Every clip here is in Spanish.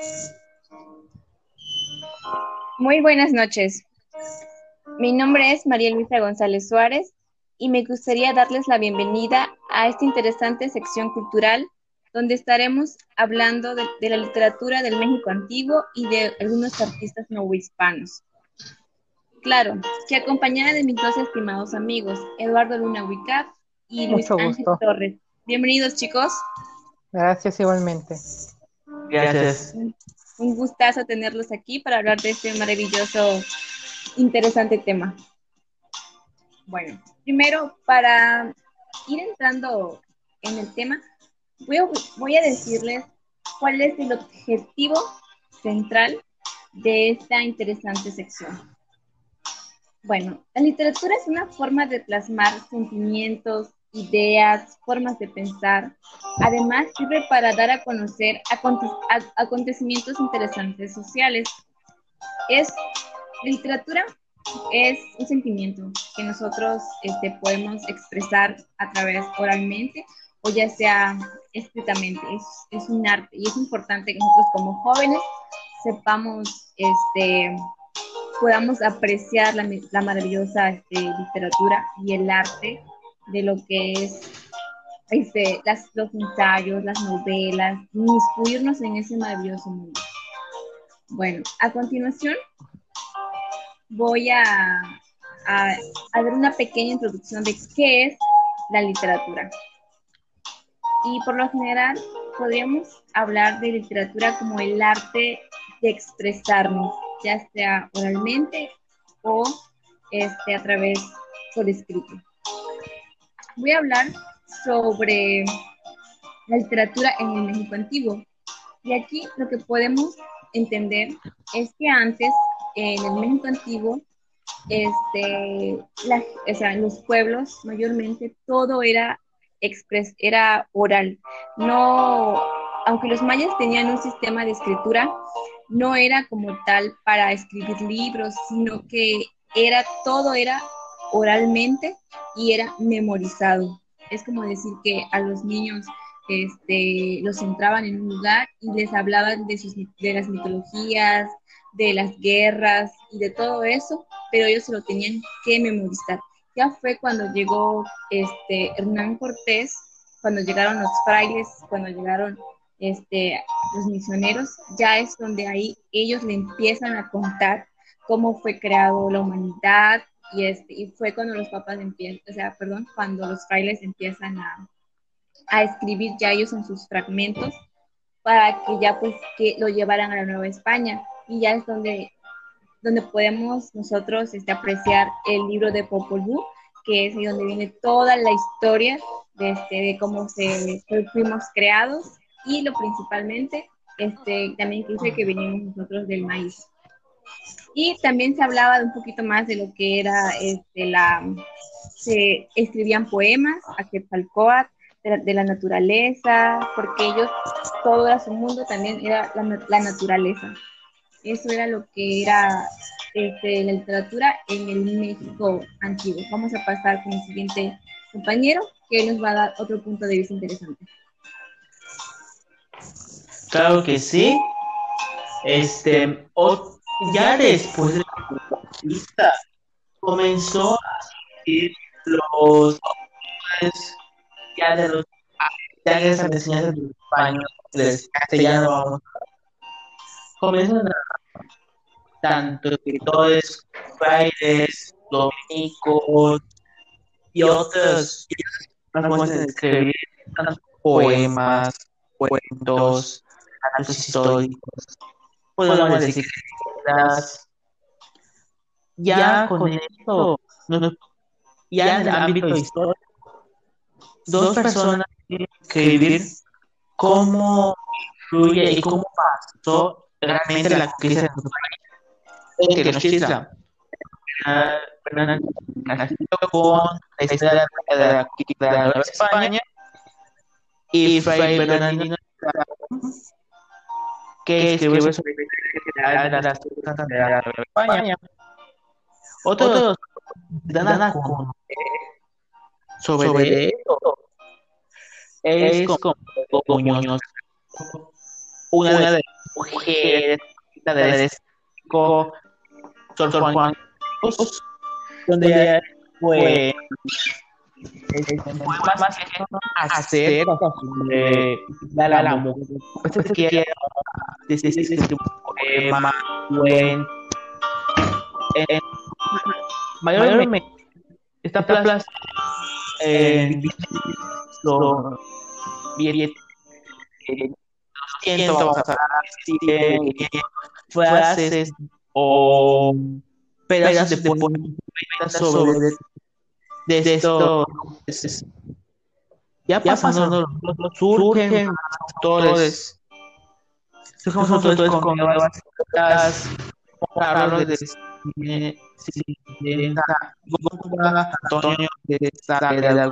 Muy buenas noches. Mi nombre es María Luisa González Suárez y me gustaría darles la bienvenida a esta interesante sección cultural donde estaremos hablando de la literatura del México antiguo y de algunos artistas novohispanos. Claro, que acompañada de mis dos estimados amigos, Eduardo Luna Huicap y Luis Mucho Ángel gusto. Torres. Bienvenidos, chicos. Gracias igualmente. Gracias. Un gustazo tenerlos aquí para hablar de este maravilloso, interesante tema. Bueno, primero, para ir entrando en el tema, voy a decirles cuál es el objetivo central de esta interesante sección. Bueno, la literatura es una forma de plasmar sentimientos, ideas, formas de pensar. Además, sirve para dar a conocer acontecimientos interesantes sociales. Es literatura es un sentimiento que nosotros podemos expresar a través oralmente o ya sea escritamente. Es un arte y es importante que nosotros como jóvenes sepamos, podamos apreciar la maravillosa literatura y el arte de lo que es los ensayos, las novelas, inmiscuirnos en ese maravilloso mundo. Bueno, a continuación voy a dar una pequeña introducción de qué es la literatura. Y por lo general podríamos hablar de literatura como el arte de expresarnos, ya sea oralmente o a través por escrito. Voy a hablar sobre la literatura en el México antiguo. Y aquí lo que podemos entender es que antes, en el México antiguo, o sea, en los pueblos mayormente todo era oral. No, aunque los mayas tenían un sistema de escritura, no era como tal para escribir libros, sino que todo era oralmente y era memorizado. Es como decir que a los niños los entraban en un lugar y les hablaban de las mitologías, de las guerras y de todo eso, pero ellos se lo tenían que memorizar. Ya fue cuando llegó Hernán Cortés, cuando llegaron los frailes, cuando llegaron los misioneros, ya es donde ahí ellos le empiezan a contar cómo fue creado la humanidad y fue cuando los papas empiezan, o sea, perdón, cuando los frailes empiezan a escribir ya ellos en sus fragmentos para que ya pues que lo llevaran a la Nueva España y ya es donde podemos nosotros apreciar el libro de Popol Vuh, que es ahí donde viene toda la historia de cómo fuimos creados y lo principalmente también que dice que venimos nosotros del maíz. Y también se hablaba de un poquito más de lo que era se escribían poemas a Quetzalcóatl, de la naturaleza, porque ellos, todo era su mundo, también era la naturaleza. Eso era lo que era la literatura en el México antiguo. Vamos a pasar con el siguiente compañero, que nos va a dar otro punto de vista interesante. Claro que sí. Ya después de la conquista comenzó a ir los ya de los ya de esas enseñanzas de español, del castellano, vamos, comienzan a tanto escritores, frailes, dominicos y otras formas de escribir tanto poemas, cuentos, datos históricos, podemos decir las ya con esto, ya en el ámbito histórico, dos personas tienen que escribir cómo influye y cómo pasó realmente la conquista de nuestro país en Tenochtitlan. Fernando Castillo con la historia de la conquista de la Nueva España y Fray Bernardino que escribió sobre la historia de las costas de la Nueva España. Otros dan a conocer sobre esto es como Muñoz, una de mujeres, la de México, Sor Juan, donde fue fue más que hacer sobre la mujer. Pues es que decir un poema, cuento, en- mayormente está plasmado en visto bien siento, vamos a decir, frases o pedazos de poemas sobre de esto. Ya pasando, surgen autores, surgen autores con nuevas ideas, Carlos de Antonio de Saavedra,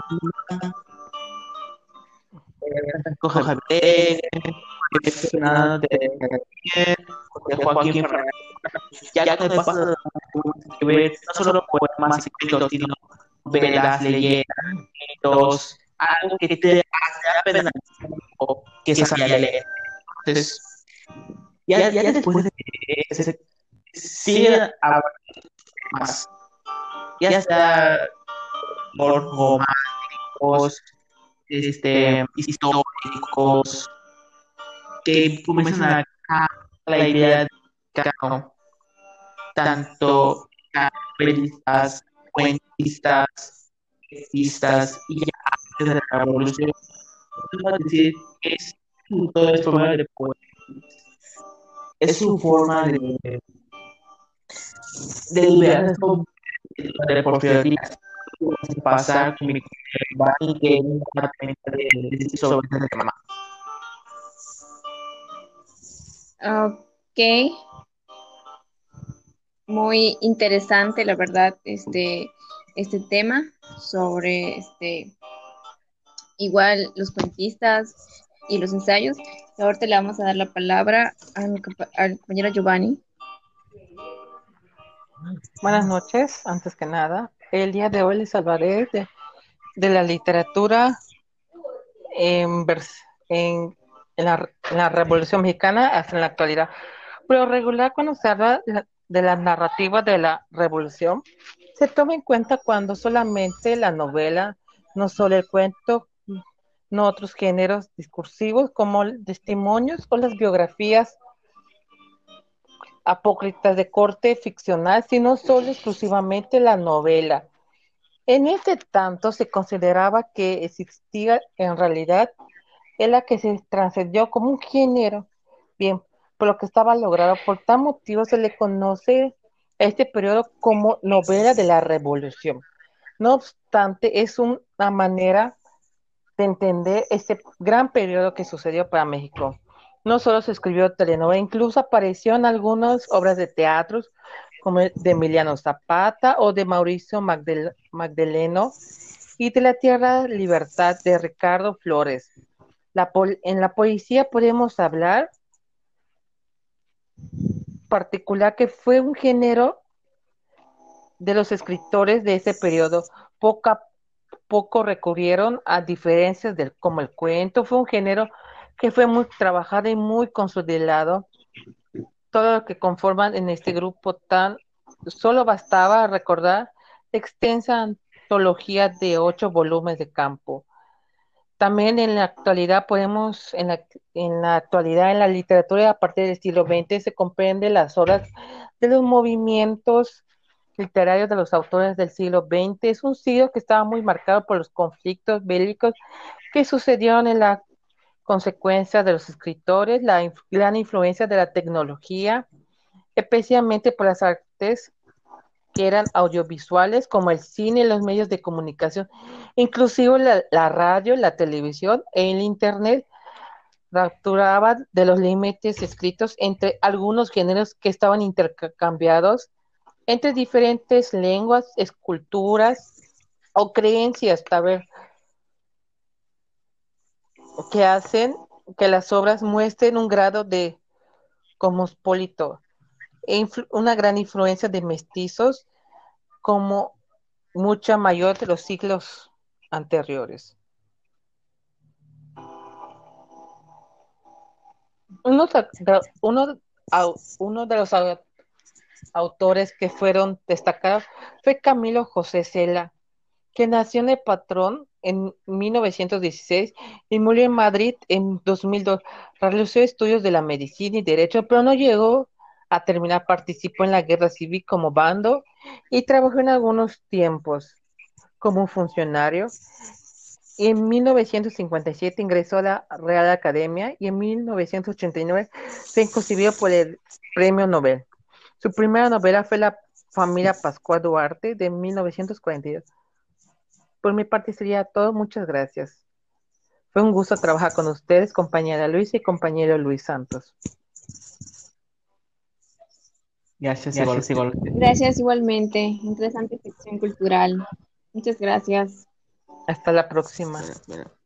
Francisco Javier, Fernando de Joaquín Fernández. Ya con el paso de escribir no solo poemas escritos, sino novelas, leyendas, mitos, algo que te hace apenas que sabía leer. Entonces, ya después de que se siguen hablando más, ya sea por románticos, históricos, que comienzan a la idea de canon, tanto periodistas, cuentistas, estistas y ya antes de la revolución. Podemos decir que todo esto de poder, es su forma de liberarse de Porfirio Díaz, pasar con mi y que de sobre este tema. Ok, muy interesante, la verdad, este tema sobre igual los cuentistas y los ensayos. Y ahorita le vamos a dar la palabra al compañero Giovanni. Buenas noches, antes que nada. El día de hoy les hablaré de la literatura en, en la Revolución Mexicana hasta en la actualidad. Por lo regular, cuando se habla de la narrativa de la Revolución, se toma en cuenta cuando solamente la novela, no solo el cuento, no otros géneros discursivos como testimonios o las biografías apócritas de corte ficcional, sino solo exclusivamente la novela. En ese tanto se consideraba que existía en realidad en la que se trascendió como un género, bien, por lo que estaba logrado. Por tal motivo se le conoce a este periodo como novela de la Revolución. No obstante, es una manera de entender este gran periodo que sucedió para México. No solo se escribió telenovela, incluso apareció en algunas obras de teatro, como de Emiliano Zapata o de Mauricio Magdaleno, y de La Tierra Libertad de Ricardo Flores. En la poesía podemos hablar particular que fue un género de los escritores de ese periodo. Poco a poco recurrieron a diferencias como el cuento. Fue un género que fue muy trabajado y muy consolidado. Todo lo que conforman en este grupo solo bastaba recordar la extensa antología de 8 volúmenes de campo. También en la actualidad en la literatura a partir del siglo XX se comprende las obras de los movimientos literarios de los autores del siglo XX. Es un siglo que estaba muy marcado por los conflictos bélicos que sucedieron en la consecuencia de los escritores, la gran influencia de la tecnología, especialmente por las artes que eran audiovisuales como el cine, los medios de comunicación, inclusive la radio, la televisión e el internet rupturaban de los límites escritos entre algunos géneros que estaban intercambiados entre diferentes lenguas, esculturas o creencias, a ver, que hacen que las obras muestren un grado de cosmopolito e una gran influencia de mestizos como mucha mayor de los siglos anteriores. Uno de los autores que fueron destacados fue Camilo José Cela, que nació en el Patrón en 1916 y murió en Madrid en 2002. Realizó estudios de la medicina y derecho, pero no llegó a terminar. Participó en la guerra civil como bando y trabajó en algunos tiempos como un funcionario. En 1957 ingresó a la Real Academia y en 1989 fue concebido por el Premio Nobel. Su primera novela fue La familia Pascual Duarte de 1942. Por mi parte sería todo. Muchas gracias. Fue un gusto trabajar con ustedes, compañera Luisa y compañero Luis Santos. Gracias, igual. Gracias igualmente. Interesante sección cultural. Muchas gracias. Hasta la próxima. Bueno.